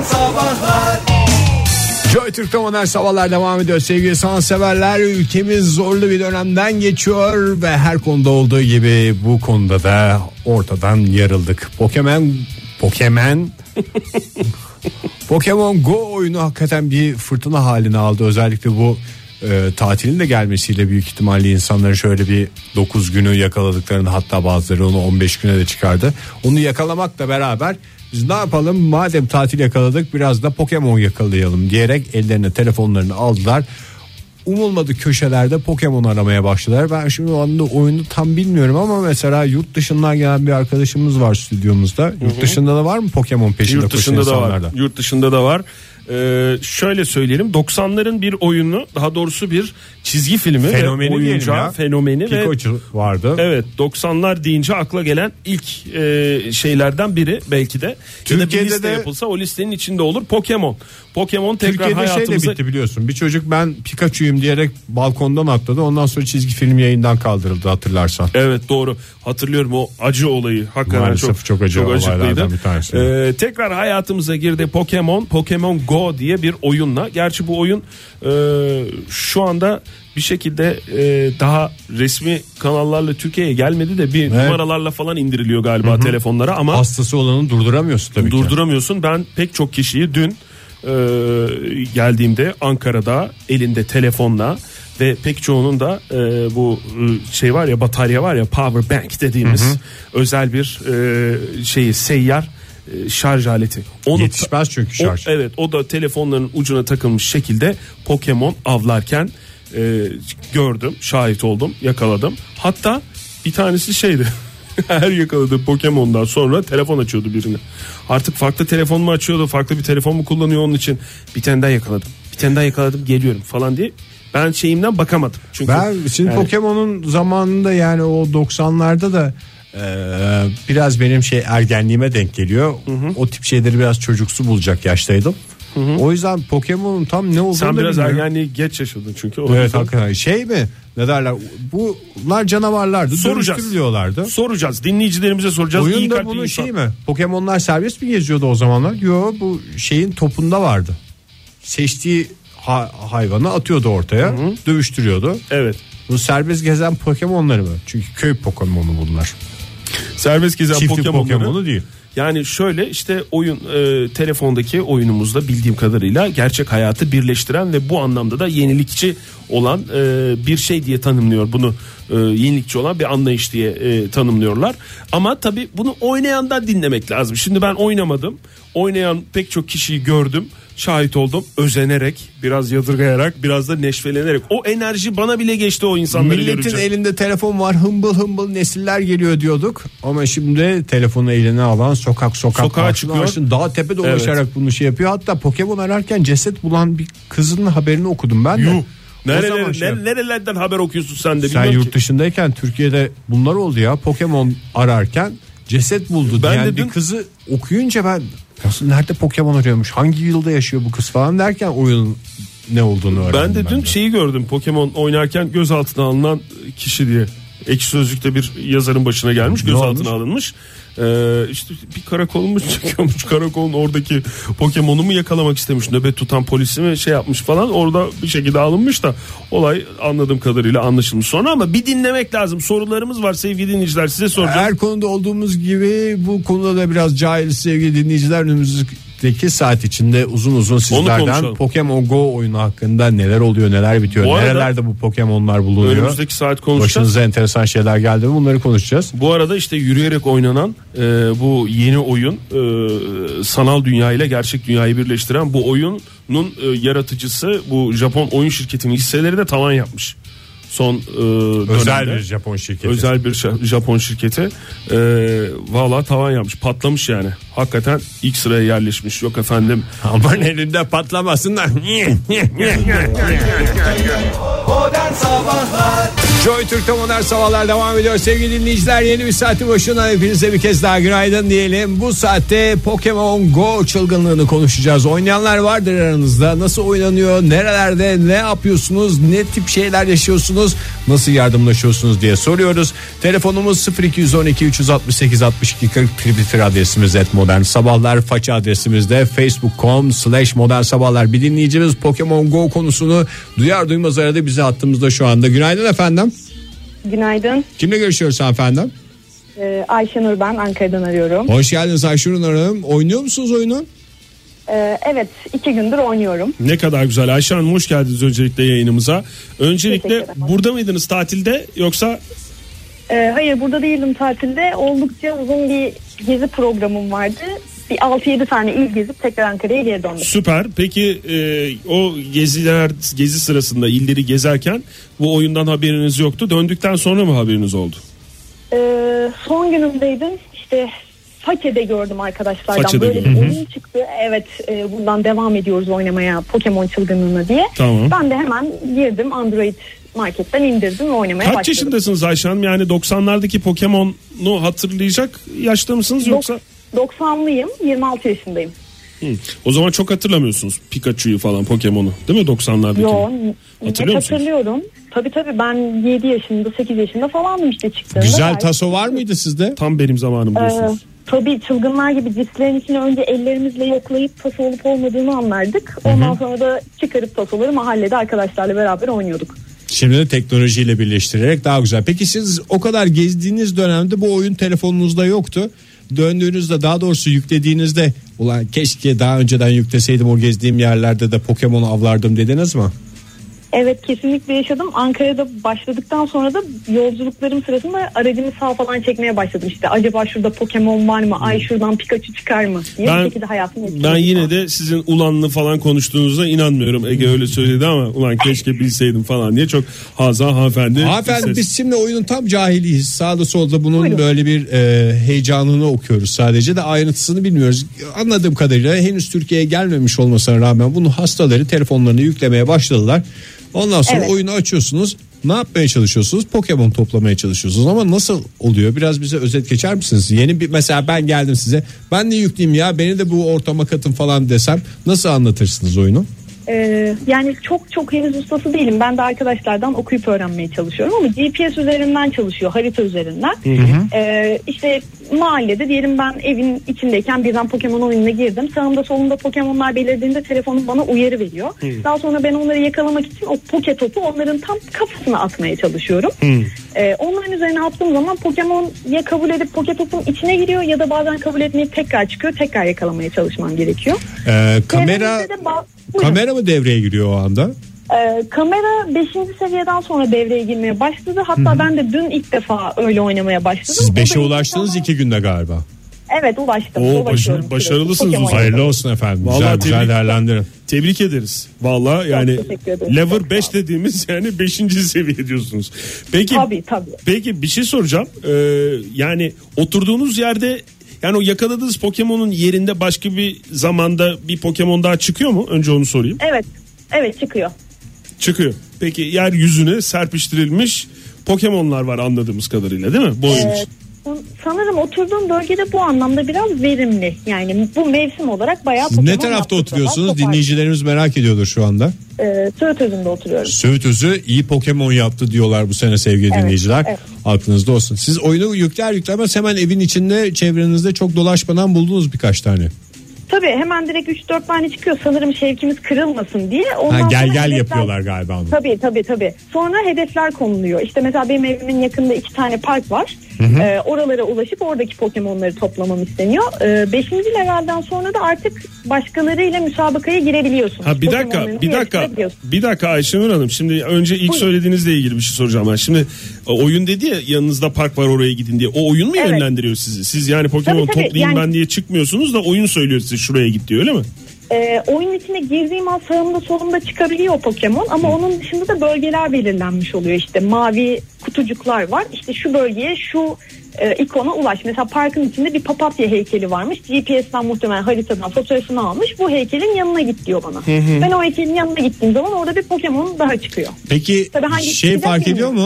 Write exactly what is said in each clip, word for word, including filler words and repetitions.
Sabahlar Joy Türk'te modern sabahlar devam ediyor. Sevgili sanatseverler, ülkemiz zorlu bir dönemden geçiyor ve her konuda olduğu gibi bu konuda da ortadan yarıldık. Pokemon Pokemon Pokemon Go oyunu hakikaten bir fırtına halini aldı. Özellikle bu e, tatilin de gelmesiyle büyük ihtimalle insanların şöyle bir dokuz günü yakaladıklarını, hatta bazıları onu on beş güne de çıkardı. Onu yakalamakla beraber biz ne yapalım, madem tatil yakaladık biraz da Pokemon yakalayalım diyerek ellerine telefonlarını aldılar. Umulmadık köşelerde Pokemon aramaya başladılar. Ben şimdi o anda oyunu tam bilmiyorum ama mesela yurt dışından gelen bir arkadaşımız var stüdyomuzda. Hı hı. Yurt dışında da var mı Pokemon peşinde yurt koşan dışında da var. insanlarda? Yurt dışında da var. Ee, şöyle söyleyelim, doksanların bir oyunu, daha doğrusu bir çizgi filmi fenomeni, ve oyuncağı fenomeni Pikachu ve vardı. Evet, doksanlar deyince akla gelen ilk e, şeylerden biri belki de. Türkiye'de ya da bir liste de yapılsa o listenin içinde olur. Pokemon. Pokemon tekrar Türkiye'de hayatımıza... şeyle bitti biliyorsun. Bir çocuk ben Pikachu'yum diyerek balkondan atladı. Ondan sonra çizgi film yayından kaldırıldı, hatırlarsan. Evet, doğru. Hatırlıyorum o acı olayı. Hakikaten maalesef çok, çok acı çok olaylardan bir tanesi. Ee, tekrar hayatımıza girdi Pokemon. Pokemon Go diye bir oyunla. Gerçi bu oyun e, şu anda bir şekilde e, daha resmi kanallarla Türkiye'ye gelmedi de bir evet. numaralarla falan indiriliyor galiba, hı hı, telefonlara, ama hastası olanı durduramıyorsun tabii ki. Durduramıyorsun. Ben pek çok kişiyi dün e, geldiğimde Ankara'da elinde telefonla ve pek çoğunun da e, bu şey var ya, batarya var ya, power bank dediğimiz, hı hı, özel bir e, şeyi seyyar e, şarj aleti. Onu yetişmez çünkü şarj. O, evet, o da telefonların ucuna takılmış şekilde Pokemon avlarken e, gördüm, şahit oldum, yakaladım. Hatta bir tanesi şeydi. Her yakaladığı Pokemon'dan sonra telefon açıyordu birine. Artık farklı telefon mu açıyordu, farklı bir telefon mu kullanıyor, onun için bir tane daha yakaladım. Bir tane daha yakaladım, geliyorum falan diye. Ben şeyimden bakamadım. Çünkü ben şimdi yani... Pokemon'un zamanında, yani o doksanlarda da e, biraz benim şey ergenliğime denk geliyor. Hı hı. O tip şeyleri biraz çocuksu bulacak yaştaydım. Hı hı. O yüzden Pokemon'un tam ne olduğunu sen da biraz bilmiyorum. ergenliği geç yaşadın çünkü. Evet, yüzden... hakikaten şey mi? Ne derler? Bunlar canavarlardı. Soracağız. Soracağız. Dinleyicilerimize soracağız. Oyunda bunun insan... şey mi? Pokemon'lar serbest mi geziyordu o zamanlar? Yok, bu şeyin topunda vardı. Seçtiği ha- hayvanı atıyordu ortaya, hı hı, dövüştürüyordu. Evet. Bu serbest gezen Pokemon'ları mı? Çünkü köy Pokemon'u bunlar. Serbest gezen Çiftlik Pokemon'ları Pokemon'u değil. Yani şöyle işte oyun e, telefondaki oyunumuzda bildiğim kadarıyla gerçek hayatı birleştiren ve bu anlamda da yenilikçi olan e, bir şey diye tanımlıyor bunu. E, yenilikçi olan bir anlayış diye e, tanımlıyorlar. Ama tabii bunu oynayandan dinlemek lazım. Şimdi ben oynamadım. Oynayan pek çok kişiyi gördüm, şahit oldum, özenerek, biraz yadırgayarak, biraz da neşvelenerek. O enerji bana bile geçti o insanları Milletin görünce. elinde telefon var, hımbıl hımbıl nesiller geliyor diyorduk. Ama şimdi telefonu eline alan sokak sokak sokağa çıkıyor. Açın, dağ tepe dolaşarak, evet, bunu şey yapıyor. Hatta Pokemon ararken ceset bulan bir kızın haberini okudum ben de. Yuh. Nereler, şey, nerelerden haber okuyorsun sen de? Sen yurt dışındayken Türkiye'de bunlar oldu ya. Pokemon ararken ceset buldu ben diyen dün... bir kızı okuyunca ben nasıl, nerede Pokemon arıyormuş, hangi yılda yaşıyor bu kız falan derken oyunun ne olduğunu öğrendim. Ben de ben dün de. şeyi gördüm, Pokemon oynarken gözaltına alınan kişi diye. Ekşi Sözlük'te bir yazarın başına gelmiş, gözaltına alınmış. Ee, işte bir karakol mu çekiyormuş, karakolun oradaki Pokemon'u mu yakalamak istemiş, nöbet tutan polisi mi şey yapmış falan, orada bir şekilde alınmış da olay anladığım kadarıyla anlaşılmış sonra. Ama bir dinlemek lazım, sorularımız var sevgili dinleyiciler, size soracağız. Her konuda olduğumuz gibi bu konuda da biraz cahiliz sevgili dinleyiciler. Önümüzdeki saat içinde uzun uzun sizlerden Pokemon Go oyunu hakkında neler oluyor, neler bitiyor, bu nerelerde arada, bu Pokemon'lar bulunuyor, önümüzdeki saat konuşacağız. Başınıza enteresan şeyler geldi mi, bunları konuşacağız. Bu arada işte yürüyerek oynanan e, bu yeni oyun, e, sanal dünya ile gerçek dünyayı birleştiren bu oyunun e, yaratıcısı, bu Japon oyun şirketinin hisseleri de tavan yapmış. Son e, özel bir Japon şirketi. Özel bir Japon şirketi. E, Valla tavan yapmış, patlamış yani. Hakikaten ilk sıraya yerleşmiş. Yok efendim. Aman elinde patlamasınlar. Modern Sabahlar Joy Türk'te modern sabahlar devam ediyor sevgili dinleyiciler. Yeni bir saatin başına hepinize bir kez daha günaydın diyelim. Bu saatte Pokemon Go çılgınlığını konuşacağız. Oynayanlar vardır aranızda. Nasıl oynanıyor, nerelerde, ne yapıyorsunuz, ne tip şeyler yaşıyorsunuz, nasıl yardımlaşıyorsunuz diye soruyoruz. Telefonumuz sıfır iki on iki üç altı sekiz altmış iki kırk, Twitter adresimiz et modern sabahlar, faça adresimizde facebook nokta com slash modern sabahlar. Bir dinleyicimiz Pokemon Go konusunu duyar duymaz aradı, bize attığımızda şu anda. Günaydın efendim. Günaydın. Kimle görüşüyoruz efendim? Ee, Ayşenur ben, Ankara'dan arıyorum. Hoş geldiniz Ayşenur Hanım. Oynuyor musunuz oyunu? Ee, evet, iki gündür oynuyorum. Ne kadar güzel. Ayşe Hanım hoş geldiniz öncelikle yayınımıza. Öncelikle burada mıydınız tatilde yoksa? Ee, hayır, burada değildim tatilde. Oldukça uzun bir gezi programım vardı. Bir altı yedi tane il gezip tekrar Ankara'ya geri döndüm. Süper. Peki e, o geziler gezi sırasında illeri gezerken bu oyundan haberiniz yoktu. Döndükten sonra mı haberiniz oldu? Ee, son günümdeydim. İşte Fake'de gördüm arkadaşlardan. Fake'de böyle gördüm. bir oyun çıktı. Evet, e, bundan devam ediyoruz oynamaya Pokemon çılgınlığına diye. Tamam. Ben de hemen girdim, Android marketten indirdim ve oynamaya Kaç başladım. yaşındasınız Ayşe Hanım? Yani doksanlardaki Pokemon'u hatırlayacak yaşta mısınız yoksa? doksanlıyım, yirmi altı yaşındayım. Hı. O zaman çok hatırlamıyorsunuz Pikachu'yu falan, Pokemon'u değil mi doksanlardaki? Yo, Hatırlıyor musunuz? hatırlıyorum. Tabii tabii, ben yedi yaşında sekiz yaşında falandım işte çıktığında. Güzel Gayet- taso var mıydı sizde? Tam benim zamanım diyorsunuz. Ee, tabii çılgınlar gibi cinslerin içine önce ellerimizle yoklayıp taso olup olmadığını anlardık. Ondan sonra da çıkarıp tasoları mahallede arkadaşlarla beraber oynuyorduk. Şimdi de teknolojiyle birleştirerek daha güzel. Peki siz o kadar gezdiğiniz dönemde bu oyun telefonunuzda yoktu. Döndüğünüzde, daha doğrusu yüklediğinizde, ulan keşke daha önceden yükleseydim, o gezdiğim yerlerde de Pokemon avlardım dediniz mi? Evet, kesinlikle yaşadım. Ankara'da başladıktan sonra da yolculuklarım sırasında aracımı sağa falan çekmeye başladım. İşte acaba şurada Pokemon var mı? Ay şuradan Pikachu çıkar mı? diye Ben, bir şekilde hayatımı etkiledim. ben yine de sizin ulanlı falan konuştuğunuza inanmıyorum. Ege öyle söyledi ama ulan keşke bilseydim falan diye çok Hazan hanımefendi. Hanımefendi biz şimdi oyunun tam cahiliyiz. Sağda solda bunun Buyurun. böyle bir e, heyecanını okuyoruz, sadece de ayrıntısını bilmiyoruz. Anladığım kadarıyla henüz Türkiye'ye gelmemiş olmasına rağmen bunun hastaları telefonlarını yüklemeye başladılar. Ondan sonra Evet. oyunu açıyorsunuz. Ne yapmaya çalışıyorsunuz? Pokemon toplamaya çalışıyorsunuz. Ama nasıl oluyor? Biraz bize özet geçer misiniz? Yeni bir, mesela ben geldim size. Ben de yükleyeyim ya, beni de bu ortama katın falan desem nasıl anlatırsınız oyunu? Ee, yani çok çok henüz ustası değilim. Ben de arkadaşlardan okuyup öğrenmeye çalışıyorum ama G P S üzerinden çalışıyor, harita üzerinden. Hı hı. Ee, işte mahallede diyelim ben evin içindeyken birden Pokemon oyununa girdim. Sağımda solumda Pokemonlar belirdiğinde telefonum bana uyarı veriyor. Hı. Daha sonra ben onları yakalamak için o Poke topu onların tam kafasına atmaya çalışıyorum. Ee, onların üzerine attığım zaman Pokemon ya kabul edip Poke topun içine giriyor ya da bazen kabul etmeyip tekrar çıkıyor. Tekrar yakalamaya çalışmam gerekiyor. Ee, kamera Çevremizde de ba- Buyurun. kamera mı devreye giriyor o anda? Ee, kamera beşinci seviyeden sonra devreye girmeye başladı. Hatta Hı-hı. ben de dün ilk defa öyle oynamaya başladım. Siz beşe O da ulaştınız insanlar... iki günde galiba. Evet, ulaştım. Oo, Ulaşıyorum. başarı- başarılısınız Pokemon uzun. Hayırlı olsun efendim. Vallahi Güzel güzel tebrik- değerlendirin. Tebrik ederiz. Vallahi yani teşekkür ederim. level Çok beş sağ olun. dediğimiz yani beşinci seviye diyorsunuz. Peki Tabii tabii. Peki bir şey soracağım. Ee, yani oturduğunuz yerde, yani o yakaladığınız Pokemon'un yerinde başka bir zamanda bir Pokemon daha çıkıyor mu? Önce onu sorayım. Evet. Evet, çıkıyor. Çıkıyor. Peki yeryüzüne serpiştirilmiş Pokemon'lar var anladığımız kadarıyla, değil mi? Bu oyun Ee, için. sanırım oturduğum bölgede bu anlamda biraz verimli. Yani bu mevsim olarak bayağı Siz Pokemon ne tarafta yaptık oturuyorsunuz? zaman. Dinleyicilerimiz merak ediyordur şu anda. Ee, Söğüt Özü'nde oturuyorum. Söğüt Özü iyi Pokemon yaptı diyorlar bu sene sevgili Evet, dinleyiciler. evet. Aklınızda olsun. Siz oyunu yükler yüklemez hemen evin içinde, çevrenizde çok dolaşmadan buldunuz birkaç tane. Tabii hemen direkt üç dört tane çıkıyor. Sanırım şevkimiz kırılmasın diye. Ondan Ha, gel sonra gel hedefler- yapıyorlar galiba onu. Tabii tabii tabii. Sonra hedefler konuluyor. İşte mesela benim evimin yakında iki tane park var. Ee, oralara ulaşıp oradaki Pokemon'ları toplamam isteniyor. Ee, beşinci levelden sonra da artık başkalarıyla müsabakaya girebiliyorsunuz. Ha bir dakika, Pokemon'larınızı bir dakika, yarıştırabiliyorsunuz. bir dakika Ayşenur Hanım. Şimdi önce ilk Buyurun. söylediğinizle ilgili bir şey soracağım ben. Şimdi e, oyun dedi ya yanınızda park var oraya gidin diye. O oyun mu Evet. yönlendiriyor sizi? Siz yani Pokemon Tabii, tabii. toplayayım Yani- ben diye çıkmıyorsunuz da oyun söylüyor size şuraya git diyor, öyle mi? Ee, oyun içine girdiğim an sağımda solumda çıkabiliyor o Pokemon ama onun dışında da bölgeler belirlenmiş oluyor. İşte mavi kutucuklar var. İşte şu bölgeye şu e, ikona ulaş. Mesela parkın içinde bir papatya heykeli varmış. G P S'ten muhtemelen haritadan fotoğrafını almış. Bu heykelin yanına git diyor bana. Ben o heykelin yanına gittiğim zaman orada bir Pokemon daha çıkıyor. Peki Tabii hangisi şey çıkacak fark ediyor bilmiyorum. mu?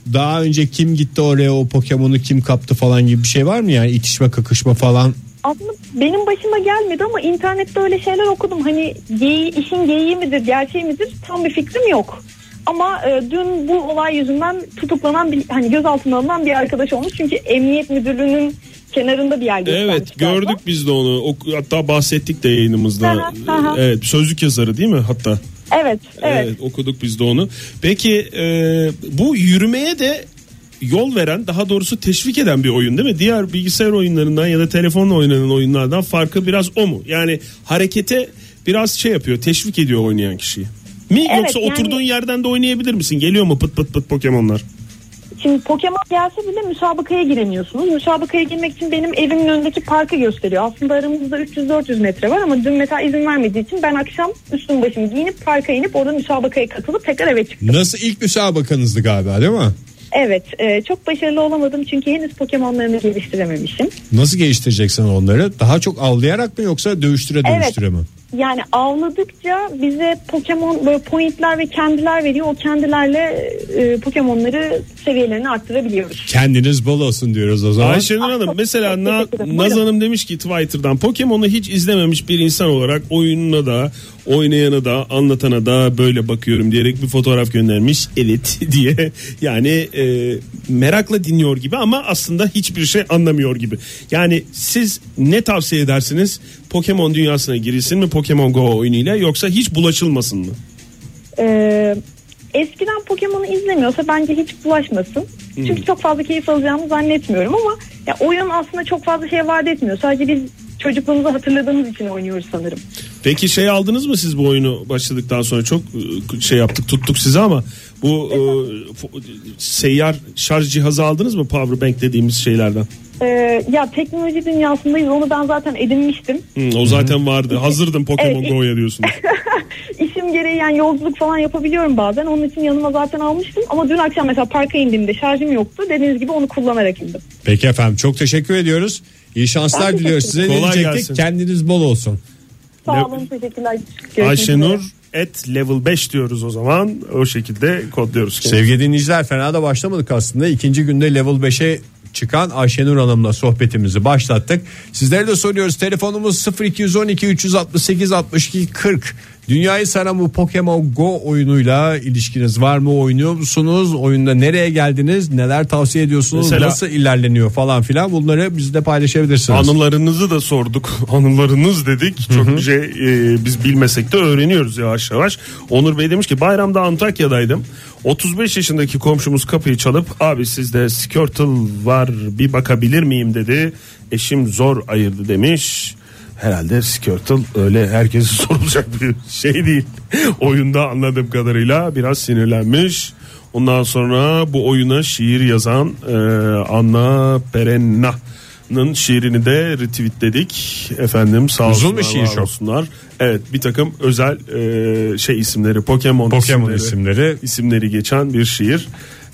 daha önce kim gitti oraya, o Pokemon'u kim kaptı falan gibi bir şey var mı yani, itişme kakışma falan? Aslında benim başıma gelmedi ama internette öyle şeyler okudum. Hani geyi, işin geyiği midir, gerçeği midir tam bir fikrim yok. Ama e, dün bu olay yüzünden tutuklanan bir, hani gözaltına alınan bir arkadaş olmuş. Çünkü Emniyet Müdürlüğü'nün kenarında bir yer göstermiş. Evet, gördük galiba. Biz de onu. O, hatta bahsettik de yayınımızda. Aha, aha. Evet, sözlük yazarı değil mi hatta? Evet, evet. Evet, okuduk biz de onu. Peki e, bu yürümeye de yol veren, daha doğrusu teşvik eden bir oyun değil mi? Diğer bilgisayar oyunlarından ya da telefonla oynanan oyunlardan farkı biraz o mu? Yani harekete biraz şey yapıyor, teşvik ediyor oynayan kişiyi. Mi Evet, yoksa yani, oturduğun yerden de oynayabilir misin? Geliyor mu pıt pıt pıt Pokemon'lar? Şimdi Pokemon gelse bile müsabakaya giremiyorsunuz. Müsabakaya girmek için benim evimin önündeki parkı gösteriyor. Aslında aramızda üç yüz dört yüz metre var ama dün mesela izin vermediği için ben akşam üstüm başımı giyinip parka inip orada müsabakaya katılıp tekrar eve çıktım. Nasıl, ilk müsabakanızdı galiba değil mi? Evet, e, çok başarılı olamadım çünkü henüz Pokemon'larını geliştirememişim. Nasıl geliştireceksin onları? Daha çok avlayarak mı yoksa dövüştüre dövüştüre evet. mi? Yani avladıkça bize Pokemon böyle pointler ve kendiler veriyor. O kendilerle e, Pokemon'ları seviyelerini arttırabiliyoruz. Kendiniz bol olsun diyoruz o zaman. Ayşenur Hanım mesela Na, Naz Hanım demiş ki Twitter'dan, Pokemon'u hiç izlememiş bir insan olarak oyununa da, oynayana da, anlatana da böyle bakıyorum diyerek bir fotoğraf göndermiş. Evet diye yani e, merakla dinliyor gibi ama aslında hiçbir şey anlamıyor gibi. Yani siz ne tavsiye edersiniz? Pokemon dünyasına girilsin mi Pokemon Go oyunuyla, yoksa hiç bulaşılmasın mı? Ee, eskiden Pokemon'u izlemiyorsa bence hiç bulaşmasın. Hmm. Çünkü çok fazla keyif alacağımı zannetmiyorum ama ya oyun aslında çok fazla şey vaat etmiyor. Sadece biz çocukluğumuzu hatırladığımız için oynuyoruz sanırım. Peki şey aldınız mı siz bu oyunu başladıktan sonra? Çok şey yaptık, tuttuk sizi ama bu e, seyyar şarj cihazı aldınız mı? Powerbank dediğimiz şeylerden. Ee, ya teknoloji dünyasındayız, onu ben zaten edinmiştim. Hmm, o zaten vardı. Hazırdım Pokemon evet, Go'ya diyorsunuz. İşim gereği yani yolculuk falan yapabiliyorum bazen. Onun için yanıma zaten almıştım. Ama dün akşam mesela parka indiğimde şarjım yoktu. Dediğiniz gibi onu kullanarak indim. Peki efendim, çok teşekkür ediyoruz. İyi şanslar ben diliyoruz size. Kolay diyecektik? gelsin. Kendiniz bol olsun. Sağ olun, teşekkürler. Ayşenur et level beş diyoruz o zaman. O şekilde kodluyoruz. Sevgili dinleyiciler, fena da başlamadık aslında. İkinci günde level beşe çıkan Ayşenur Hanım'la sohbetimizi başlattık. Sizlere de soruyoruz. Telefonumuz sıfır iki on iki üç altı sekiz altmış iki kırk. Dünyayı saran bu Pokemon Go oyunuyla ilişkiniz var mı? Oynuyor musunuz? Oyunda nereye geldiniz? Neler tavsiye ediyorsunuz? Mesela, nasıl ilerleniyor falan filan, bunları bizle paylaşabilirsiniz. Anılarınızı da sorduk. Anılarınız dedik. Çok bir şey e, biz bilmesek de öğreniyoruz yavaş yavaş. Onur Bey demiş ki bayramda Antakya'daydım. otuz beş yaşındaki komşumuz kapıyı çalıp abi sizde Squirtle var bir bakabilir miyim dedi. Eşim zor ayırdı demiş. Herhalde Squirtle öyle herkese sorulacak bir şey değil. Oyunda anladığım kadarıyla biraz sinirlenmiş. Ondan sonra bu oyuna şiir yazan e, Anna Perenna'nın şiirini de retweetledik. Efendim sağ olsunlar. Uzun bir şiir çok. Olsunlar. Evet, bir takım özel e, şey isimleri, Pokemon, Pokemon isimleri, isimleri isimleri geçen bir şiir.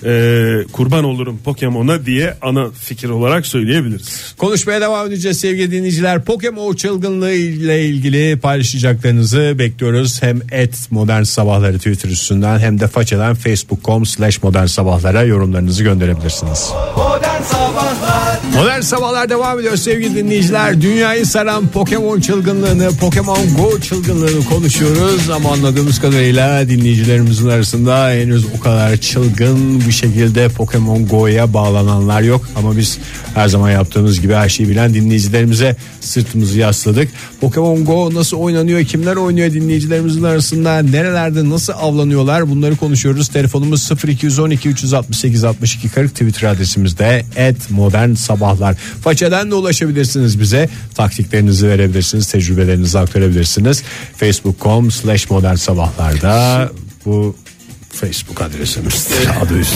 Ee, kurban olurum Pokemon'a diye ana fikir olarak söyleyebiliriz. Konuşmaya devam edeceğiz sevgili dinleyiciler. Pokemon çılgınlığı ile ilgili paylaşacaklarınızı bekliyoruz. Hem et modern sabahları Twitter üstünden hem de façadan facebook nokta com slash modern sabahlara yorumlarınızı gönderebilirsiniz. Modern Sabahlar Modern Sabahlar devam ediyor sevgili dinleyiciler. Dünyayı saran Pokemon çılgınlığını, Pokemon Go çılgınlığını konuşuyoruz. Ama anladığımız kadarıyla dinleyicilerimizin arasında henüz o kadar çılgın bir şekilde Pokemon Go'ya bağlananlar yok. Ama biz her zaman yaptığımız gibi her şeyi bilen dinleyicilerimize sırtımızı yasladık. Pokemon Go nasıl oynanıyor, kimler oynuyor dinleyicilerimizin arasında, nerelerde nasıl avlanıyorlar, bunları konuşuyoruz. Telefonumuz sıfır iki on iki üç altı sekiz altmış iki kırk, Twitter adresimizde et modern sabahlar. Façeden de ulaşabilirsiniz bize. Taktiklerinizi verebilirsiniz, tecrübelerinizi aktarabilirsiniz. facebook nokta com slash modern sabahlarda bu Facebook adresimiz. Adı üstü.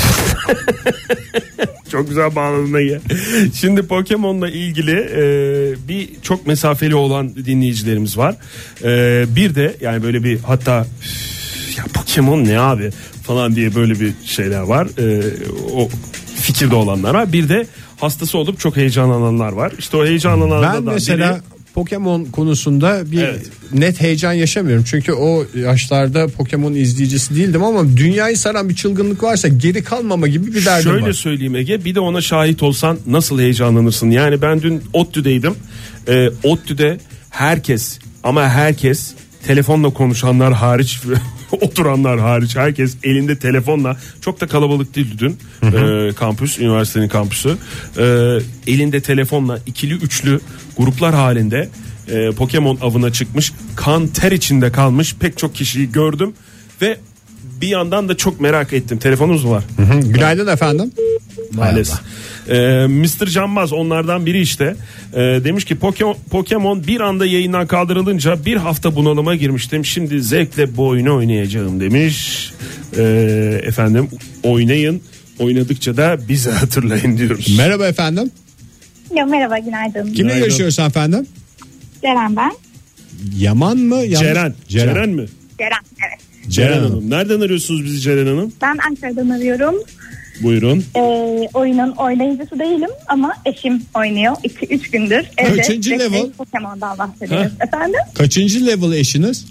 Çok güzel bağladın ya. Şimdi Pokemon'la ilgili e, bir çok mesafeli olan dinleyicilerimiz var. E, bir de yani böyle bir hatta ya Pokemon ne abi falan diye böyle bir şeyler var. E, o fikirde olanlar var. Bir de hastası olup çok heyecanlananlar var. İşte o heyecanlananlar ben mesela biri... Pokemon konusunda bir Evet. net heyecan yaşamıyorum. Çünkü o yaşlarda Pokemon izleyicisi değildim ama dünyayı saran bir çılgınlık varsa geri kalmama gibi bir derdim Şöyle var. söyleyeyim Ege, bir de ona şahit olsan nasıl heyecanlanırsın. Yani ben dün ODTÜ'deydim. Ee, ODTÜ'de herkes ama herkes, telefonla konuşanlar hariç oturanlar hariç, herkes elinde telefonla, çok da kalabalık değildi dün e, kampüs, üniversitenin kampüsü, e, elinde telefonla ikili üçlü gruplar halinde e, Pokemon avına çıkmış, kan ter içinde kalmış pek çok kişiyi gördüm ve bir yandan da çok merak ettim. Telefonunuz mu var? Hı hı. Günaydın efendim. Maalesef. Ee, mister Canbaz onlardan biri işte. Ee, demiş ki Pokemon, Pokemon bir anda yayından kaldırılınca bir hafta bunalıma girmiştim. Şimdi zevkle bu oyunu oynayacağım demiş. Ee, efendim oynayın. Oynadıkça da bizi hatırlayın diyoruz. Merhaba efendim. Ya, merhaba, günaydın. Kimle Günaydın. görüşüyoruz efendim? Ceren ben. Yaman mı? Yanlış- Ceren. Ceren. Ceren mi? Ceren, evet. Ceren, Ceren Hanım. Hanım. Nereden arıyorsunuz bizi Ceren Hanım? Ben Ankara'dan arıyorum. Buyurun. Ee, oyunun oynayıcısı değilim ama eşim oynuyor. iki üç gündür evde. Kaçıncı sürekli level? Pokemon'dan bahsediyoruz. Efendim? Kaçıncı level eşiniz?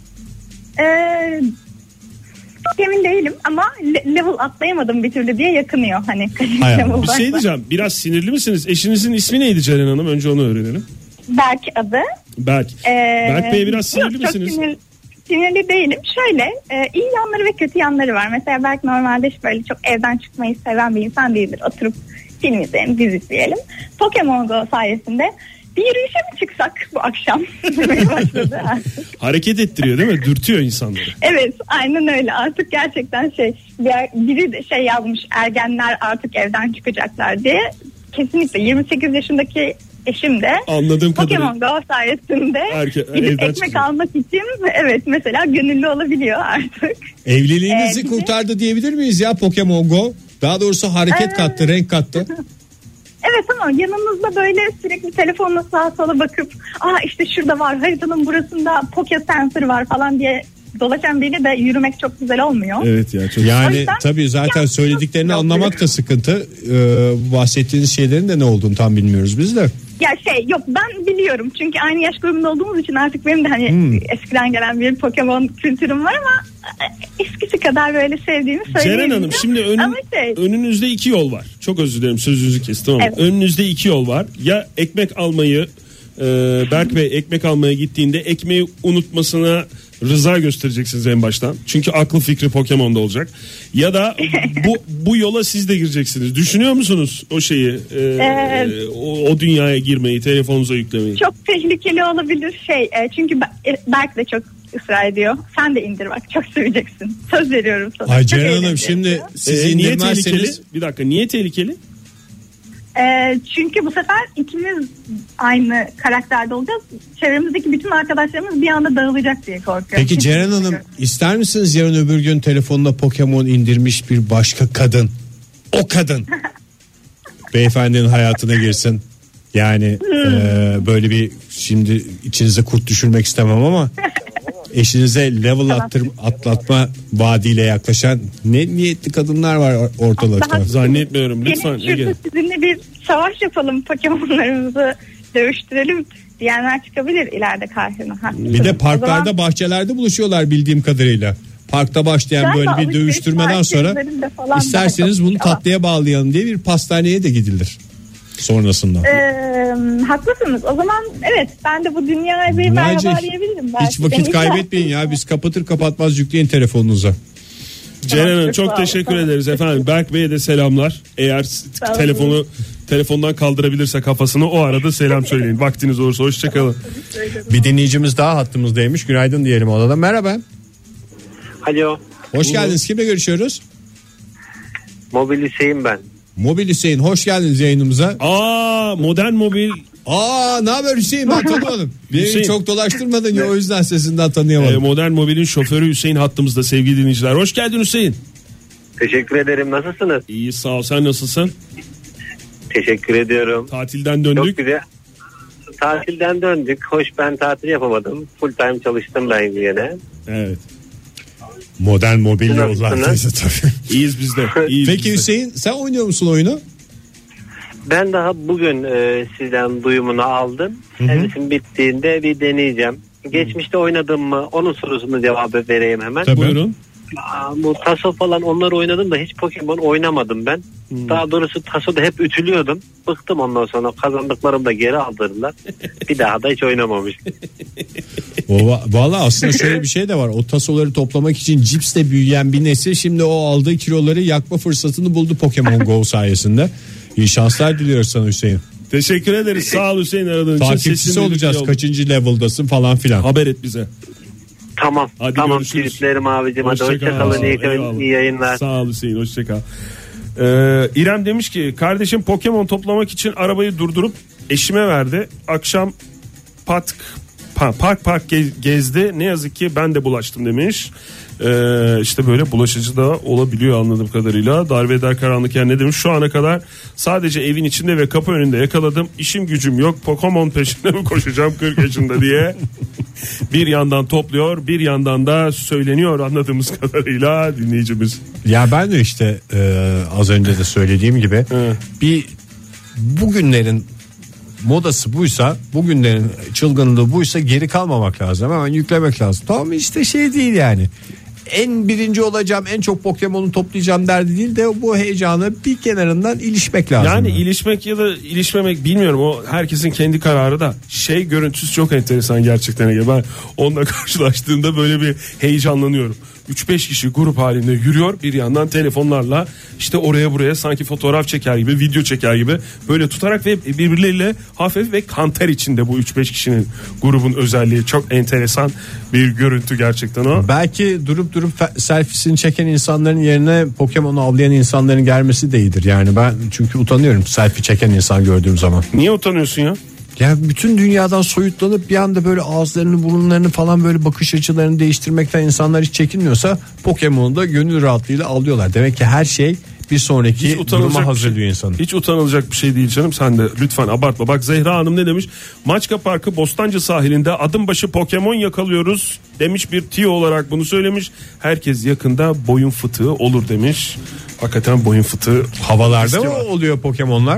Ee, çok emin değilim ama le- level atlayamadım bir türlü diye yakınıyor. Hani kaçıncı Hay Allah. level Bir varsa. şey diyeceğim. Biraz sinirli misiniz? Eşinizin ismi neydi Ceren Hanım? Önce onu öğrenelim. Berk adı. Berk. Ee, Berk Bey biraz sinirli yok, misiniz? Çok sinir, sinirli değilim. Şöyle e, iyi yanları ve kötü yanları var. Mesela Berk normalde hiç böyle çok evden çıkmayı seven bir insan değildir. Oturup film izleyelim, dizi izleyelim. Pokemon Go sayesinde bir yürüyüşe mi çıksak bu akşam demeye başladı artık. Hareket ettiriyor değil mi? Dürtüyor insanları. Evet, aynen öyle. Artık gerçekten şey, bir- biri de şey yazmış, ergenler artık evden çıkacaklar diye. Kesinlikle yirmi sekiz yaşındaki eşim de Anladığım kadarıyla. Pokemon Go sayesinde Erke- gidip evden ekmek çıkacak. almak için evet mesela gönüllü olabiliyor artık. Evliliğinizi Ee, bir de- kurtardı diyebilir miyiz ya Pokemon Go? Daha doğrusu hareket Ee, kattı, renk kattı. Evet ama yanımızda böyle sürekli telefonla sağa sola bakıp aa işte şurada var, haritanın burasında Poke Sensor var falan diye dolaşan biriyle de yürümek çok güzel olmuyor. Evet ya çok. O Yani yüzden- tabii zaten Ya, söylediklerini yok, anlamak yok. da sıkıntı. Ee, bahsettiğiniz şeylerin de ne olduğunu tam bilmiyoruz biz de. Ya şey yok, ben biliyorum çünkü aynı yaş grubunda olduğumuz için artık benim de hani Hmm. eskiden gelen bir Pokemon kültürüm var ama eskisi kadar böyle sevdiğimi Ceren söyleyemeyeceğim. Hanım şimdi önün, Ama şey, önünüzde iki yol var. Çok özür dilerim sözünüzü kestim ama Evet. önünüzde iki yol var. Ya ekmek almayı e, Berk Bey ekmek almaya gittiğinde ekmeği unutmasına rıza göstereceksiniz en baştan. Çünkü aklı fikri Pokemon'da olacak. Ya da bu bu yola siz de gireceksiniz. Düşünüyor musunuz o şeyi? e, Evet. o, o dünyaya girmeyi, telefonunuza yüklemeyi? çok tehlikeli olabilir şey e, çünkü Be- Berk de çok ısrar ediyor. Sen de indir bak, çok seveceksin. Söz veriyorum sana. Ay Çok Ceren Hanım eğlenceli. şimdi siz E, niye tehlikeli? indirmezseniz Bir dakika, niye tehlikeli? E, çünkü bu sefer ikimiz aynı karakterde olacağız. Çevremizdeki bütün arkadaşlarımız bir anda dağılacak diye korkuyorum. Peki Ceren Hanım ister misiniz yarın öbür gün telefonuna Pokemon indirmiş bir başka kadın, o kadın beyefendinin hayatına girsin? Yani e, böyle bir, şimdi içinize kurt düşürmek istemem ama eşinize level attır, atlatma vaadiyle yaklaşan ne niyetli kadınlar var ortalıkta. Daha- Zannetmiyorum, lütfen Gelin Ege. şurada sizinle bir savaş yapalım, Pokemon'larımızı dövüştürelim diyenler çıkabilir ileride karşına. Haklısınız. Bir de O parklarda, zaman bahçelerde buluşuyorlar bildiğim kadarıyla. Parkta başlayan galiba böyle bir alışveriş dövüştürmeden sonra merkezlerinde falan isterseniz daha bunu çok- tatlıya bağlayalım diye bir pastaneye de gidilir sonrasında. Ee, haklısınız. O zaman evet, ben de bu dünyaya bir merhaba Bence diyebilirim. Belki hiç vakit de. kaybetmeyin ya, biz kapatır kapatmaz yükleyin telefonunuza. Ceren Hanım çok Sağ olun. teşekkür Tamam. ederiz efendim. Berk Bey'e de selamlar. Eğer s- Sağ olun. telefonu telefondan kaldırabilirse kafasını, o arada selam söyleyin. Vaktiniz olursa hoşçakalın. Bir dinleyicimiz daha hattımızdaymış, günaydın diyelim ona da. Merhaba, Alo, hoş geldiniz, kimle görüşüyoruz? Mobil Hüseyin ben. Mobil Hüseyin, hoş geldiniz yayınımıza. Aa, modern mobil. Aa, ne haber Hüseyin, ben tanımadım. Beni Hüseyin. çok dolaştırmadın ya, o yüzden sesinden e, tanıyamadım. modern mobilin şoförü Hüseyin hattımızda sevgili dinleyiciler. Hoş geldin Hüseyin. Teşekkür ederim. Nasılsınız? İyi sağ ol, sen nasılsın? Teşekkür ediyorum. Tatilden Çok döndük. güzel. Tatilden döndük. Hoş, ben tatil yapamadım. Full time çalıştım ben yine. Evet. Modern mobil Nasılsınız? yollardayız tabii. İyiyiz biz de. İyiyiz Peki biz de. Hüseyin, sen oynuyor musun oyunu? Ben daha bugün e, sizden duyumunu aldım. Servisin bittiğinde bir deneyeceğim. Geçmişte oynadım mı? Onun sorusunu cevabı vereyim hemen. Tabii. Buyurun. Aa, bu taso falan onları oynadım da hiç Pokemon oynamadım ben. Hmm. Daha doğrusu tasoda hep ütülüyordum. Bıktım ondan sonra, kazandıklarımı da geri aldırdılar. Bir daha da hiç oynamamış. Valla aslında şöyle bir şey de var. O tasoları toplamak için cipsle büyüyen bir nesil şimdi o aldığı kiloları yakma fırsatını buldu Pokemon Go sayesinde. İyi şanslar diliyoruz sana Hüseyin. Teşekkür ederiz. Sağ ol Hüseyin aradığın için. Takipçisi olacağız. Kaçıncı level'dasın falan filan. Haber et bize. Tamam. Hadi tamam. görüşürüz. Tweetlerim abicim. Hadi Hoşça kal. hoşçakalın. İyi, iyi yayınlar. Sağ ol Hüseyin. Hoşçakal. Ee, İrem demiş ki kardeşim Pokemon toplamak için arabayı durdurup eşime verdi. Akşam pat, pa, park park gezdi. Ne yazık ki ben de bulaştım demiş. Ee, işte böyle bulaşıcı da olabiliyor anladığım kadarıyla. Darveder karanlık yer ne demiş? Şu ana kadar sadece evin içinde ve kapı önünde yakaladım. İşim gücüm yok. Pokemon peşinde mi koşacağım kırk yaşında diye. Bir yandan topluyor, bir yandan da söyleniyor anladığımız kadarıyla dinleyicimiz. Ya ben de işte e, az önce de söylediğim gibi Evet. bir bugünlerin modası buysa, bugünlerin çılgınlığı buysa geri kalmamak lazım. Hemen yüklemek lazım. Tamam işte şey değil yani. En birinci olacağım, en çok Pokemon'u toplayacağım derdi değil de bu heyecanı bir kenarından ilişmek lazım. Yani yani. ilişmek ya da ilişmemek bilmiyorum, o herkesin kendi kararı da şey görüntüsü çok enteresan gerçekten. Ben onunla karşılaştığımda böyle bir heyecanlanıyorum. üç beş kişi grup halinde yürüyor, bir yandan telefonlarla işte oraya buraya sanki fotoğraf çeker gibi, video çeker gibi böyle tutarak ve birbirleriyle hafif ve kanter içinde bu üç beş kişinin, grubun özelliği çok enteresan bir görüntü gerçekten o. Belki durup durup selfiesini çeken insanların yerine Pokemon'u avlayan insanların gelmesi de iyidir. Yani ben çünkü utanıyorum selfie çeken insan gördüğüm zaman. Niye utanıyorsun ya? Yani bütün dünyadan soyutlanıp bir anda böyle ağızlarını, burunlarını falan böyle bakış açılarını değiştirmekten insanlar hiç çekinmiyorsa Pokemon'u da gönül rahatlığıyla alıyorlar. Demek ki her şey bir sonraki duruma hazırlıyor şey, insanı. Hiç utanılacak bir şey değil canım, sen de lütfen abartma. Bak Zehra Hanım ne demiş? Maçka Parkı Bostancı sahilinde adım başı Pokemon yakalıyoruz demiş, bir tiyo olarak bunu söylemiş. Herkes yakında boyun fıtığı olur demiş. Hakikaten boyun fıtığı havalarda mı oluyor Pokemon'lar?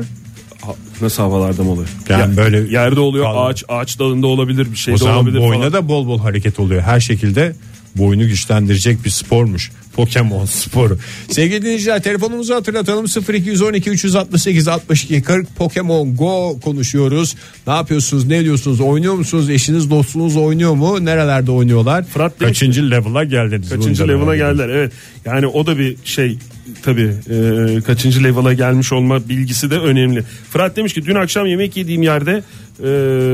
Nasıl havalarda mı oluyor? Yani ya, böyle yerde oluyor, kaldı. ağaç ağaç dalında olabilir, bir şey o de olabilir. O zaman boyuna falan da bol bol hareket oluyor. Her şekilde boynu güçlendirecek bir spormuş Pokemon sporu. Sevgili dinleyiciler, telefonumuzu hatırlatalım. sıfır iki on iki üç altı sekiz altmış iki kırk Pokemon Go konuşuyoruz. Ne yapıyorsunuz, ne ediyorsunuz, oynuyor musunuz, eşiniz dostunuz oynuyor mu, nerelerde oynuyorlar? Fırat kaçıncı ki, level'a geldiniz? Kaçıncı level'a geldiler, evet. Yani o da bir şey tabii, e, kaçıncı level'a gelmiş olma bilgisi de önemli. Fırat demiş ki dün akşam yemek yediğim yerde e,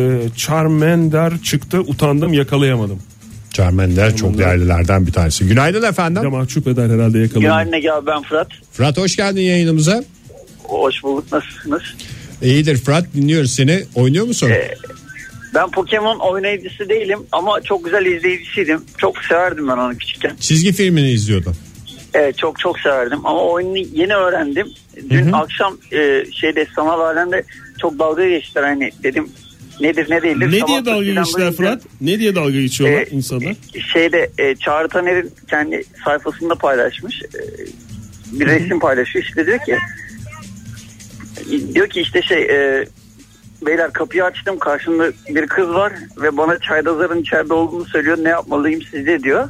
Charmander çıktı, utandım yakalayamadım. Charmander çok değerlilerden bir tanesi. Günaydın efendim. Bir de mahcup eder herhalde yakalamayı. Günaydın abi, ben Fırat. Fırat hoş geldin yayınımıza. Hoş bulduk, nasılsınız? İyidir Fırat, dinliyoruz seni. Oynuyor musun? Ee, ben Pokemon oynayıcısı değilim ama çok güzel izleyicisiydim. Çok severdim ben onu küçükken. Çizgi filmini izliyordun. Evet, çok çok severdim ama oyunu yeni öğrendim. Dün hı hı. akşam e, şeyde sanal alemde çok dalga geçtiler, hani dedim nedir ne değildir. Ne diye dalga geçtiler Fırat? Ne diye dalga geçiyorlar e, insanlar? Şeyde e, Çağrı Taner'in kendi sayfasında paylaşmış. E, bir Hı-hı. resim paylaşıyor, işte diyor ki diyor ki işte şey e, beyler kapıyı açtım, karşımda bir kız var ve bana çaydazların içeride olduğunu söylüyor, ne yapmalıyım sizce diyor.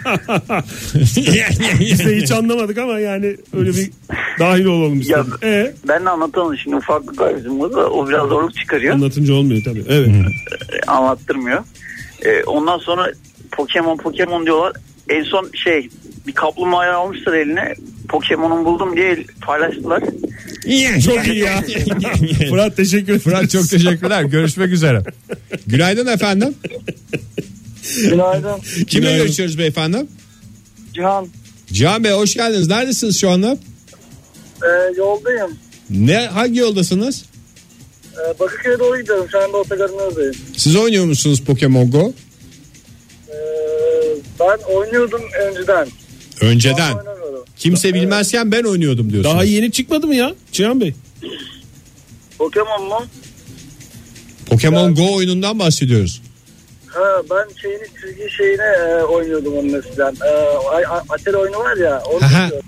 Biz de hiç anlamadık ama yani öyle bir dahil olalım istedim. Ya, ee? Ben de anlatamam şimdi, ufaklık var bizim burada, o biraz zorluk çıkarıyor. Anlatınca olmuyor tabii. Evet. E, anlattırmıyor. E, ondan sonra Pokemon Pokemon diyorlar. En son şey, bir kaplumbağayı almışlar eline, Pokemon'un buldum diye paylaştılar. Çok iyi ya. Fırat teşekkür ederim. Fırat çok teşekkürler. Görüşmek üzere. Günaydın efendim. Günaydın. Kimle Günaydın. görüşüyoruz beyefendi? Cihan. Cihan Bey hoş geldiniz. Neredesiniz şu anda? Ee, yoldayım. Ne, hangi yoldasınız? Ee, Bakırköy'e doğru gidiyorum. Şu anda otogarın oradayım. Siz oynuyor musunuz Pokemon Go? Ee, ben oynuyordum önceden. Önceden. Kimse evet. bilmezken ben oynuyordum diyorsunuz. Daha yeni çıkmadı mı ya Cihan Bey? Pokemon mu? Pokemon ben... Go oyunundan bahsediyoruz. Ha, ben şeyini, çizgi şeyine e, oynuyordum onun eskiden. E, Atel oyunu var ya. Onu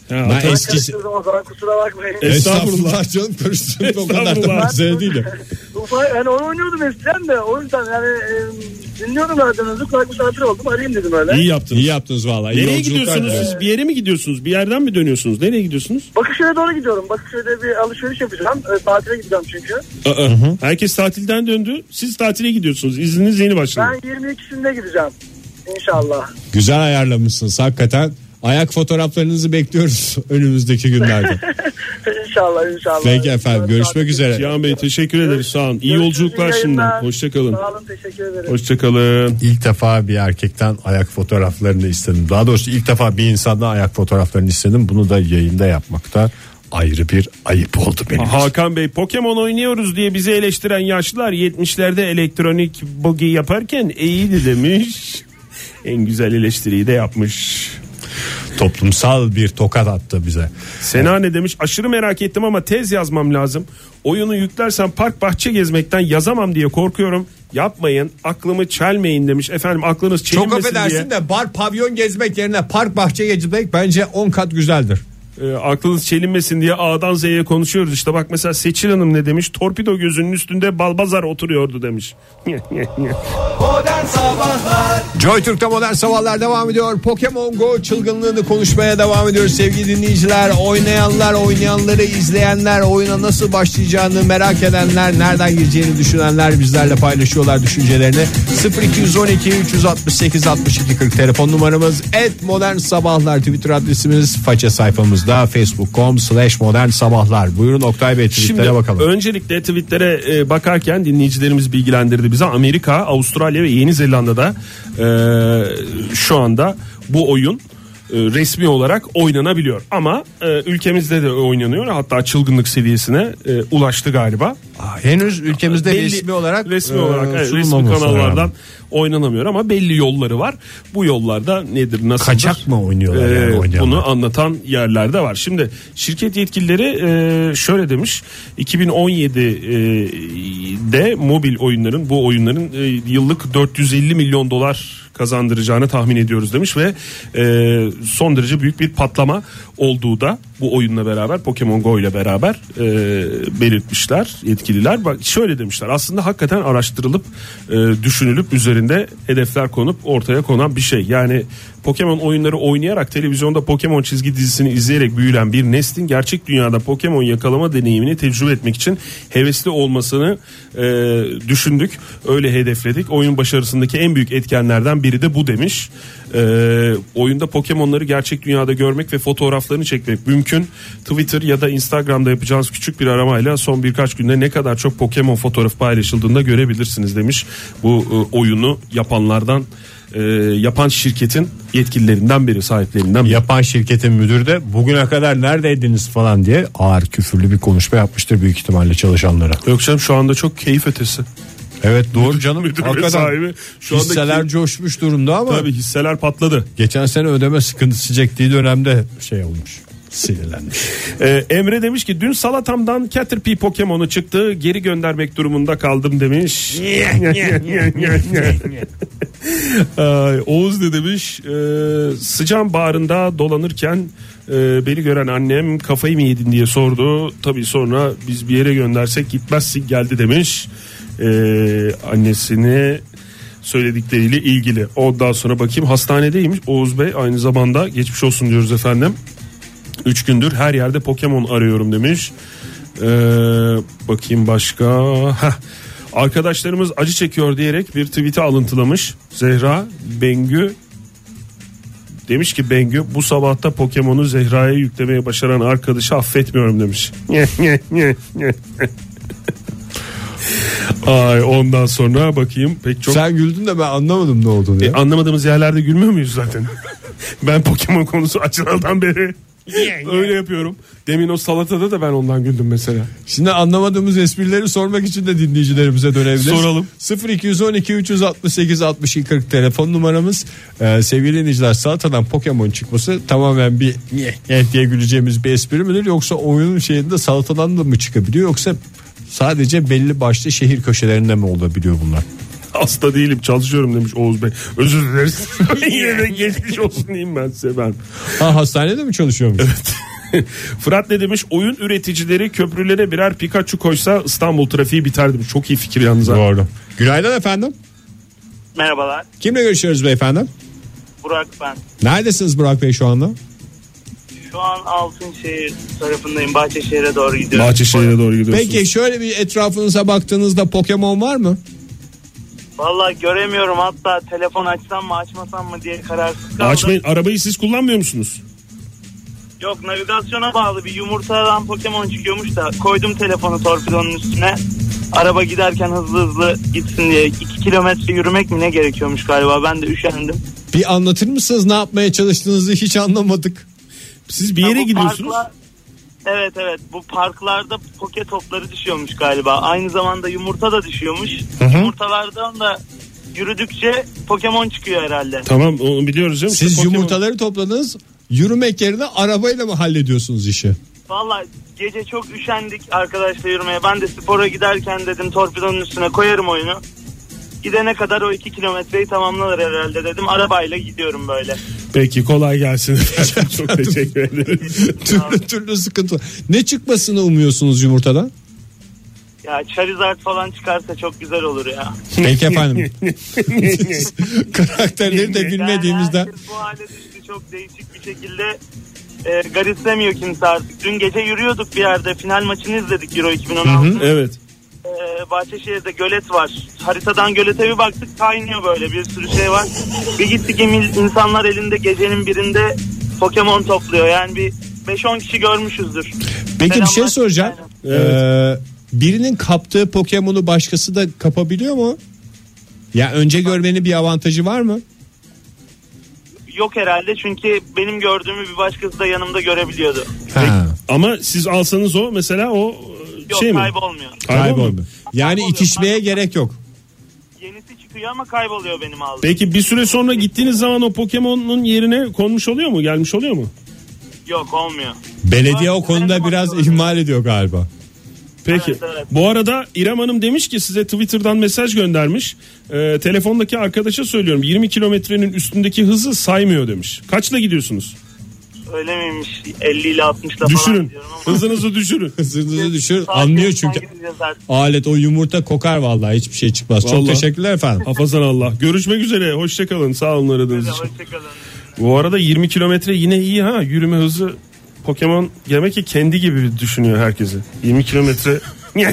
Ben Ben eskisi... o zaman kusura bakmayın. Estağfurullah canım, karıştırdım, o kadar da mesele değil. Ufak, yani onu oynuyordum eskiden de o yüzden yani e, dinliyordum radyonuzu, kulak misafir oldum, arayayım dedim öyle. İyi yaptınız. İyi yaptınız valla. Nereye gidiyorsunuz siz? Bir yere mi gidiyorsunuz? Bir yerden mi dönüyorsunuz? Nereye gidiyorsunuz? Bakırköy'e doğru gidiyorum. Bakırköy'de bir alışveriş yapacağım. E, tatile gideceğim çünkü. Aa, herkes tatilden döndü. Siz tatile gidiyorsunuz. İzniniz yeni başladı. Ben yirmi ikisinde gideceğim. İnşallah. Güzel ayarlamışsınız hakikaten. Ayak fotoğraflarınızı bekliyoruz önümüzdeki günlerde. İnşallah inşallah. Peki efendim, görüşmek üzere. Cihan Bey teşekkür ederiz, sağ olun. İyi yolculuklar şimdiden. Hoşçakalın. Sağ olun, teşekkür ederim. Hoşçakalın. İlk defa bir erkekten ayak fotoğraflarını istedim. Daha doğrusu ilk defa bir insandan ayak fotoğraflarını istedim. Bunu da yayında yapmakta ayrı bir ayıp oldu benim için. Hakan Bey, Pokemon oynuyoruz diye bizi eleştiren yaşlılar yetmişlerde elektronik bogi yaparken iyiydi demiş. En güzel eleştiriyi de yapmış. Toplumsal bir tokat attı bize. Sena ne demiş? Aşırı merak ettim ama tez yazmam lazım. Oyunu yüklersem park bahçe gezmekten yazamam diye korkuyorum. Yapmayın, aklımı çelmeyin demiş. Efendim aklınız çelinmesin diye. Çok affedersin de bar pavyon gezmek yerine park bahçe gezmek bence on kat güzeldir. E, aklınız çelinmesin diye A'dan Z'ye konuşuyoruz. İşte bak mesela Seçil Hanım ne demiş? Torpido gözünün üstünde balbazar oturuyordu demiş. Modern Sabahlar. Joy Türk'te Modern Sabahlar devam ediyor. Pokemon Go çılgınlığını konuşmaya devam ediyoruz sevgili dinleyiciler. Oynayanlar, oynayanları izleyenler, oyuna nasıl başlayacağını merak edenler, nereden gireceğini düşünenler bizlerle paylaşıyorlar düşüncelerini. sıfır iki on iki üç altı sekiz altmış iki kırk telefon numaramız, et Modern Sabahlar Twitter adresimiz, faça sayfamızda facebook nokta com slash modern sabahlar. Buyurun Oktay Bey, tweetlere Şimdi, bakalım. Öncelikle tweetlere e, bakarken dinleyicilerimiz bilgilendirdi bize. Amerika, Avustralya ve Yeni Zelanda'da e, şu anda bu oyun e, resmi olarak oynanabiliyor. Ama e, ülkemizde de oynanıyor. Hatta çılgınlık seviyesine e, ulaştı galiba. Aa, henüz ülkemizde Belli, resmi olarak resmi e, olarak evet, resmi sunulmamış kanallardan yani. Oynanamıyor ama belli yolları var. Bu yollarda nedir, nasıldır? Kaçak mı oynuyorlar yani oynayanlar? Bunu anlatan yerler de var. Şimdi şirket yetkilileri e, şöyle demiş. iki bin on yedide mobil oyunların, bu oyunların e, yıllık dört yüz elli milyon dolar kazandıracağını tahmin ediyoruz demiş ve e, son derece büyük bir patlama olduğu da bu oyunla beraber, Pokemon Go ile beraber e, belirtmişler yetkililer. Bak şöyle demişler, aslında hakikaten araştırılıp e, düşünülüp üzerinde hedefler konup ortaya konan bir şey. Yani Pokemon oyunları oynayarak televizyonda Pokemon çizgi dizisini izleyerek büyülen bir neslin gerçek dünyada Pokemon yakalama deneyimini tecrübe etmek için hevesli olmasını e, düşündük. Öyle hedefledik. Oyun başarısındaki en büyük etkenlerden biri de bu demiş. E, oyunda Pokemon'ları gerçek dünyada görmek ve fotoğraflarını çekmek mümkün. Twitter ya da Instagram'da yapacağınız küçük bir aramayla son birkaç günde ne kadar çok Pokemon fotoğrafı paylaşıldığında görebilirsiniz demiş. Bu e, oyunu yapanlardan, e, yapan şirketin yetkililerinden biri, sahiplerinden biri. Yapan şirketin müdürü de bugüne kadar neredeydiniz falan diye ağır küfürlü bir konuşma yapmıştır büyük ihtimalle çalışanlara. Yok canım, şu anda çok keyif ötesi. Evet doğru canım. Müdür ve Hakikaten sahibi şu anda hisseler ki- coşmuş durumda ama Tabii hisseler patladı. geçen sene ödeme sıkıntısı çektiği dönemde şey olmuş, sinirlenmiş. Ee, Emre demiş ki dün salatamdan Caterpie Pokemon'u çıktı, geri göndermek durumunda kaldım demiş. Ay, Oğuz ne demiş? Ee, sıcağın bağrında dolanırken e, beni gören annem kafayı mı yedin diye sordu. Tabii sonra biz bir yere göndersek gitmezsin geldi demiş. Ee, annesini söyledikleriyle ilgili. Ondan sonra bakayım, hastanedeymiş Oğuz Bey, aynı zamanda geçmiş olsun diyoruz efendim. Üç gündür her yerde Pokemon arıyorum demiş. Ee, bakayım başka. Heh. Arkadaşlarımız acı çekiyor diyerek bir tweet'i alıntılamış. Zehra Bengü demiş ki Bengü bu sabahta Pokemon'u Zehra'ya yüklemeye başaran arkadaşı affetmiyorum demiş. Ay, ondan sonra bakayım pek çok. Sen güldün de ben anlamadım ne olduğunu ya. E, anlamadığımız yerlerde gülmüyor muyuz zaten? Ben Pokemon konusu açılandan beri öyle yapıyorum. Demin o salatada da ben ondan güldüm mesela. Şimdi anlamadığımız esprileri sormak için de dinleyicilerimize dönebiliriz. Soralım. sıfır iki on iki üç altı sekiz altmış iki kırk telefon numaramız. Ee, sevgili dinleyiciler, salatadan Pokemon çıkması tamamen bir eh diye güleceğimiz bir espri midir, yoksa oyunun şeyinde salatadan da mı çıkabiliyor, yoksa sadece belli başlı şehir köşelerinde mi olabiliyor bunlar? Hasta değilim, çalışıyorum demiş Oğuz Bey. Özür dileriz. Yine de geçmiş olsun diyeyim ben size ben. Ha, hastanede mi çalışıyormuş? Evet. Fırat ne demiş? Oyun üreticileri köprülere birer Pikachu koysa İstanbul trafiği biter demiş. Çok iyi fikir yalnız. Doğru. Günaydın efendim. Merhabalar. Kimle görüşüyoruz beyefendi? Burak ben. Neredesiniz Burak Bey şu anda? Şu an Altınşehir tarafındayım. Bahçeşehir'e doğru gidiyorum. Bahçeşehir'e doğru gidiyorsunuz. Peki şöyle bir etrafınıza baktığınızda Pokemon var mı? Vallahi göremiyorum, hatta telefon açsam mı açmasam mı diye kararsız kaldım. Açmayın, arabayı siz kullanmıyor musunuz? Yok, navigasyona bağlı bir yumurtadan Pokemon çıkıyormuş da koydum telefonu torpidonun üstüne. Araba giderken hızlı hızlı gitsin diye iki kilometre yürümek mi ne gerekiyormuş galiba, ben de üşendim. Bir anlatır mısınız ne yapmaya çalıştığınızı, hiç anlamadık. Siz bir yere gidiyorsunuz. Parklar, evet evet, bu parklarda poke topları düşüyormuş galiba. Aynı zamanda yumurta da düşüyormuş. Hı hı. Yumurtalardan da yürüdükçe Pokemon çıkıyor herhalde. Tamam, onu biliyoruz canım. Siz Pokemon... yumurtaları topladınız, yürümek yerine arabayla mı hallediyorsunuz işi? Vallahi gece çok üşendik arkadaşla yürümeye. Ben de spora giderken dedim torpidonun üstüne koyarım oyunu. Gidene kadar o iki kilometreyi tamamlanır herhalde dedim. Arabayla gidiyorum böyle. Peki, kolay gelsin. Çok teşekkür ederim. türlü türlü sıkıntı. Ne çıkmasını umuyorsunuz yumurtadan? Ya Charizard falan çıkarsa çok güzel olur ya. Peki efendim. Karakterleri de bilmediğimizden. Yani bu hale düştü çok değişik bir şekilde. E, garipsemiyor kimse artık. Dün gece yürüyorduk bir yerde. Final maçını izledik Euro iki bin on altı. Hı hı, evet. E, Bahçeşehir'de gölet var. Haritadan gölete bir baktık, kaynıyor böyle, bir sürü şey var. Bir gittik, insanlar elinde gecenin birinde Pokemon topluyor. Yani bir beş on kişi görmüşüzdür. Peki Selamlar. Bir şey soracağım. Evet. Ee, birinin kaptığı Pokemon'u başkası da kapabiliyor mu? Ya önce görmenin bir avantajı var mı? Yok herhalde, çünkü benim gördüğümü bir başkası da yanımda görebiliyordu. Ha. Ama siz alsanız o mesela o yok, şey mi? Kaybolmuyor. Kaybolmuyor. Yani kayboluyor, itişmeye kayboluyor. Gerek yok. Yenisi çıkıyor ama kayboluyor benim aldığım. Peki bir süre sonra gittiğiniz zaman o Pokemon'un yerine konmuş oluyor mu? Gelmiş oluyor mu? Yok, olmuyor. Belediye o konuda biraz ihmal ediyor galiba. Peki. Evet, evet. Bu arada İrem Hanım demiş ki size Twitter'dan mesaj göndermiş. Ee, telefondaki arkadaşa söylüyorum, yirmi kilometrenin üstündeki hızı saymıyor demiş. Kaçla gidiyorsunuz? Öyle miymiş? elli ile altmışla düşürün. falan ama. Hızınızı düşürün. Hızınızı düşürün. Anlıyor çünkü. Alet o yumurta kokar vallahi, hiçbir şey çıkmaz. Vallahi. Çok teşekkürler efendim. Hafazan Allah. Görüşmek üzere. Hoşçakalın. Sağ olun aradığınız için. Hoşçakalın. Bu arada yirmi kilometre yine iyi ha. Yürüme hızı. Pokemon demek ki kendi gibi düşünüyor herkesi. yirmi kilometre.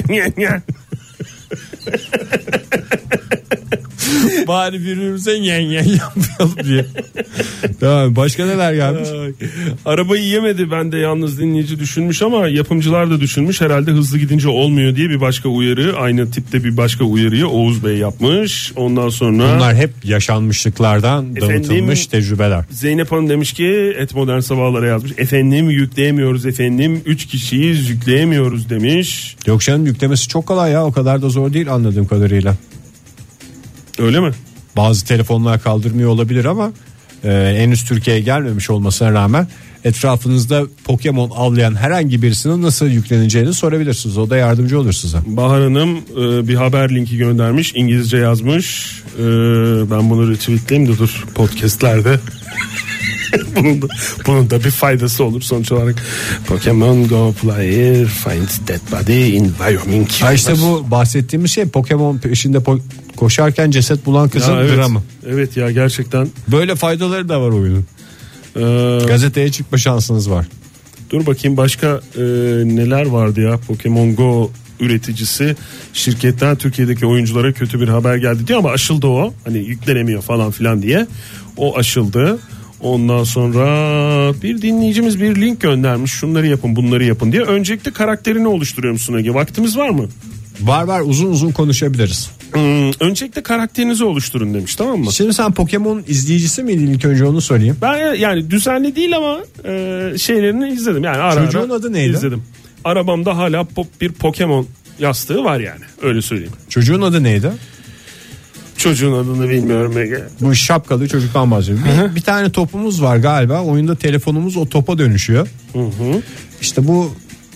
Bari birbirimize yen yen yapmayalım diye. Tamam, başka neler gelmiş? Arabayı yemedi, ben de yalnız dinleyici düşünmüş ama yapımcılar da düşünmüş. Herhalde hızlı gidince olmuyor diye bir başka uyarı. Aynı tipte bir başka uyarıyı Oğuz Bey yapmış. Ondan sonra. Bunlar hep yaşanmışlıklardan efendim, dağıtılmış tecrübeler. Zeynep Hanım demiş ki Et Modern Sabahlara yazmış. Efendim yükleyemiyoruz efendim. Üç kişiyiz yükleyemiyoruz demiş. Yok canım, yüklemesi çok kolay ya. O kadar da zor değil anladığım kadarıyla. Öyle mi? Bazı telefonlar kaldırmıyor olabilir ama e, henüz Türkiye'ye gelmemiş olmasına rağmen etrafınızda Pokemon avlayan herhangi birisinin nasıl yükleneceğini sorabilirsiniz. O da yardımcı olur size. Bahar Hanım e, bir haber linki göndermiş. İngilizce yazmış. E, ben bunu retweetleyeyim de dur podcastlerde. bunun, da, bunun da bir faydası olur sonuç olarak. Pokemon Go player finds dead body in Wyoming. Ha işte bu bahsettiğimiz şey Pokemon peşinde po- koşarken ceset bulan kızın ya evet, dramı. Evet ya, gerçekten. Böyle faydaları da var oyunun. Ee, Gazeteye çıkma şansınız var. Dur bakayım başka e, neler vardı ya. Pokemon Go üreticisi şirketten Türkiye'deki oyunculara kötü bir haber geldi diyor ama aşıldı o. Hani yüklenemiyor falan filan diye. O aşıldı. Ondan sonra bir dinleyicimiz bir link göndermiş. Şunları yapın, bunları yapın diye. Öncelikle karakterini oluşturuyor musun Ege? Vaktimiz var mı? Var var, uzun uzun konuşabiliriz. Hmm, öncelikle karakterinizi oluşturun demiş, tamam mı? Şimdi sen Pokemon izleyicisi miydin, ilk önce onu söyleyeyim. Ben yani düzenli değil ama e, şeylerini izledim. Yani ara Çocuğun ara adı neydi? İzledim. Arabamda hala pop, bir Pokemon yastığı var yani, öyle söyleyeyim. Çocuğun adı neydi? Çocuğun adını bilmiyorum Ege. Bu şapkalı çocuktan bahsediyorum. Bir, bir tane topumuz var galiba. Oyunda telefonumuz o topa dönüşüyor. Hı hı. İşte bu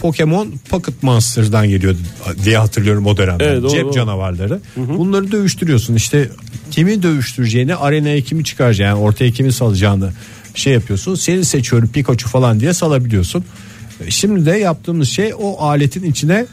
Pokemon Pocket Monster'dan geliyordu diye hatırlıyorum o dönemde. Evet, Cep o, canavarları. Hı hı. Bunları dövüştürüyorsun. İşte kimi dövüştüreceğini, arenaya kimi çıkaracağını, yani ortaya kimi salacağını şey yapıyorsun. Seni seçiyorum Pikachu falan diye salabiliyorsun. Şimdi de yaptığımız şey o aletin içine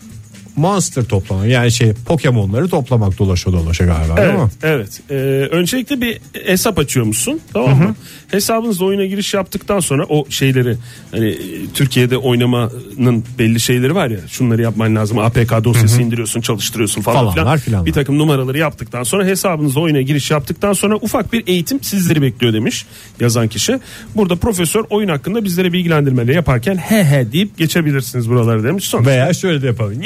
monster toplamak, yani şey Pokemon'ları toplamak, dolaşa dolaşa galiba, evet, değil mi? Evet. Ee, öncelikle bir hesap açıyormuşsun, tamam mı? Hı hı. Hesabınızla oyuna giriş yaptıktan sonra o şeyleri, hani Türkiye'de oynamanın belli şeyleri var ya, şunları yapman lazım. A P K dosyası hı hı. indiriyorsun, çalıştırıyorsun falan falanlar, filan. filanlar. Bir takım numaraları yaptıktan sonra hesabınızla oyuna giriş yaptıktan sonra ufak bir eğitim sizleri bekliyor demiş yazan kişi. Burada profesör oyun hakkında bizlere bilgilendirmeleri yaparken he he deyip geçebilirsiniz buraları demiş. Sonra veya şöyle de yapalım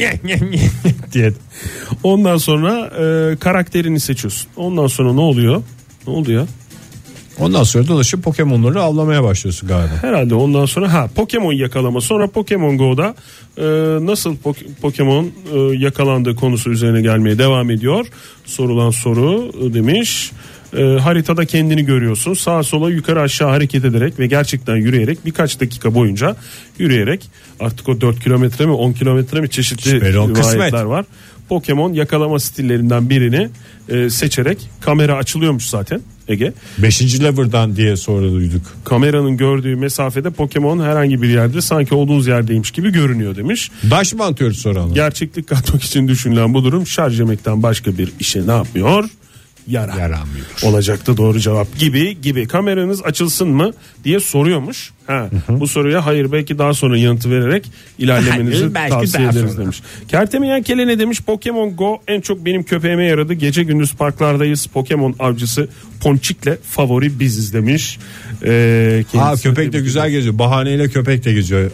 diye. Ondan sonra e, karakterini seçiyorsun. Ondan sonra ne oluyor? Ne oldu ya? Ondan sonra dolaşıp Pokemon'ları avlamaya başlıyorsun galiba. Herhalde ondan sonra ha Pokemon yakalama. Sonra Pokemon Go'da e, nasıl po- Pokemon e, yakalandığı konusu üzerine gelmeye devam ediyor. Sorulan soru e, demiş. E, haritada kendini görüyorsun. Sağa sola yukarı aşağı hareket ederek ve gerçekten yürüyerek birkaç dakika boyunca yürüyerek, artık o dört kilometre mi on kilometre mi çeşitli rivayetler var. Pokemon yakalama stillerinden birini e, seçerek, kamera açılıyormuş zaten Ege. Beşinci lever'dan diye sonra duyduk. Kameranın gördüğü mesafede Pokemon herhangi bir yerde sanki olduğunuz yerdeymiş gibi görünüyor demiş. Daş mı atıyoruz sonra onu? Gerçeklik katmak için düşünülen bu durum şarj etmekten başka bir işe ne yapmıyor? Yarar. Yaramıyor. Olacaktı doğru cevap gibi gibi. Kameranız açılsın mı diye soruyormuş. Ha, hı hı. Bu soruya hayır belki daha sonra yanıtı vererek ilerlemenizi tavsiye ederiz demiş. Kertemeyen Kele ne demiş? Pokemon Go en çok benim köpeğime yaradı. Gece gündüz parklardayız. Pokemon avcısı Ponçik'le favori biziz demiş. Ee, ha, köpek de güzel geziyor. Bahaneyle köpek de geziyor.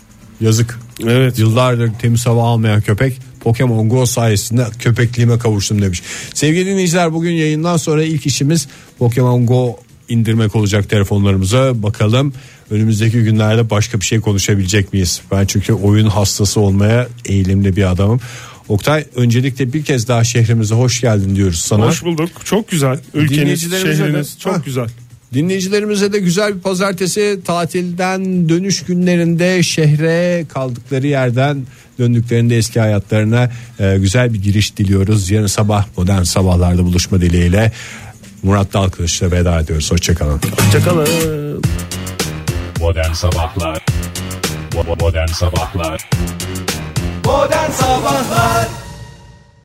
Yazık. Evet. Yıllardır temiz hava almayan köpek Pokemon Go sayesinde köpekliğime kavuştum demiş. Sevgili dinleyiciler, bugün yayından sonra ilk işimiz Pokemon Go indirmek olacak telefonlarımıza. Bakalım önümüzdeki günlerde başka bir şey konuşabilecek miyiz? Ben çünkü oyun hastası olmaya eğilimli bir adamım. Oktay, öncelikle bir kez daha şehrimize hoş geldin diyoruz sana. Hoş bulduk. Çok güzel. Ülkeniz, şehriniz de, çok ha. güzel. Dinleyicilerimize de güzel bir pazartesi, tatilden dönüş günlerinde şehre kaldıkları yerden döndüklerinde eski hayatlarına e, güzel bir giriş diliyoruz. Yarın sabah modern sabahlarda buluşma dileğiyle Murat Dalkılıç'la veda ediyoruz. Hoşçakalın. Hoşçakalın. Modern Sabahlar. Modern Sabahlar. Modern Sabahlar